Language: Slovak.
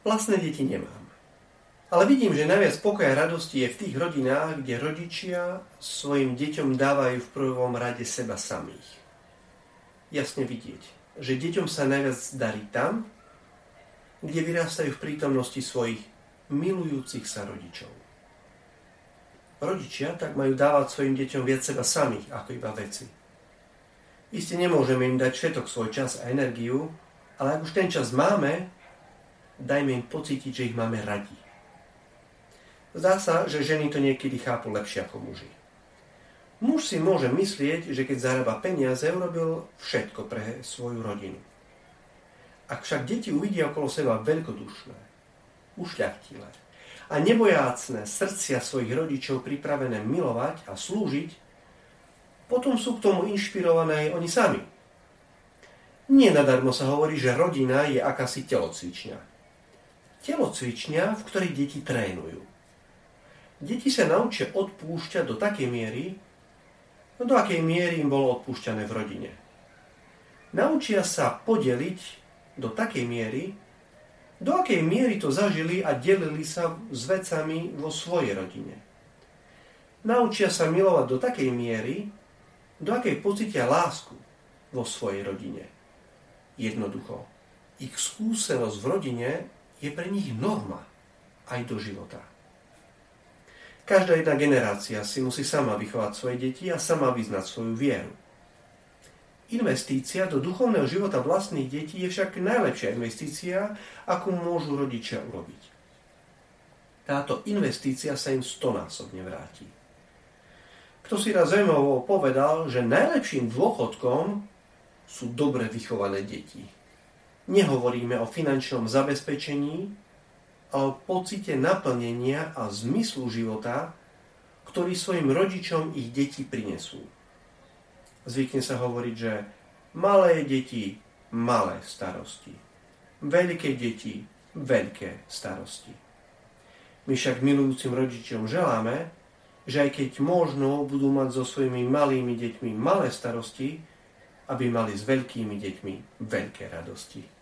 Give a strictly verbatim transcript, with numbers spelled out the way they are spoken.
Vlastné deti nemám. Ale vidím, že najviac pokoja a radosti je v tých rodinách, kde rodičia svojim deťom dávajú v prvom rade seba samých. Jasne vidieť, že deťom sa najviac darí tam, kde vyrastajú v prítomnosti svojich milujúcich sa rodičov. Rodičia tak majú dávať svojim deťom viac seba samých, ako iba veci. Isté nemôžeme im dať všetok svoj čas a energiu, ale ak už ten čas máme, dajme im pocítiť, že ich máme radi. Zdá sa, že ženy to niekedy chápu lepšie ako muži. Muž si môže myslieť, že keď zarába peniaze, urobil všetko pre svoju rodinu. Ak však deti uvidia okolo seba veľkodušné, ušľachtilé a nebojácne srdcia svojich rodičov pripravené milovať a slúžiť, potom sú k tomu inšpirované aj oni sami. Nie nadarmo sa hovorí, že rodina je akási telocvičňa. Telocvičňa, v ktorej deti trénujú. Deti sa naučia odpúšťať do takej miery, no do akej miery im bolo odpúšťané v rodine. Naučia sa podeliť do takej miery, do akej miery to zažili a delili sa s vecami vo svojej rodine. Naučia sa milovať do takej miery, do akej pocítia lásku vo svojej rodine. Jednoducho, ich skúsenosť v rodine je pre nich norma aj do života. Každá jedna generácia si musí sama vychovať svoje deti a sama vyznať svoju vieru. Investícia do duchovného života vlastných detí je však najlepšia investícia, akú môžu rodičia urobiť. Táto investícia sa im stonásobne vráti. Kto si raz zaujímavo povedal, že najlepším dôchodkom sú dobre vychované deti. Nehovoríme o finančnom zabezpečení, ale o pocite naplnenia a zmyslu života, ktorý svojim rodičom ich deti prinesú. Zvykne sa hovoriť, že malé deti, malé starosti. Veľké deti, veľké starosti. My však milujúcim rodičom želáme, že aj keď možno budú mať so svojimi malými deťmi malé starosti, aby mali s veľkými deťmi veľké radosti.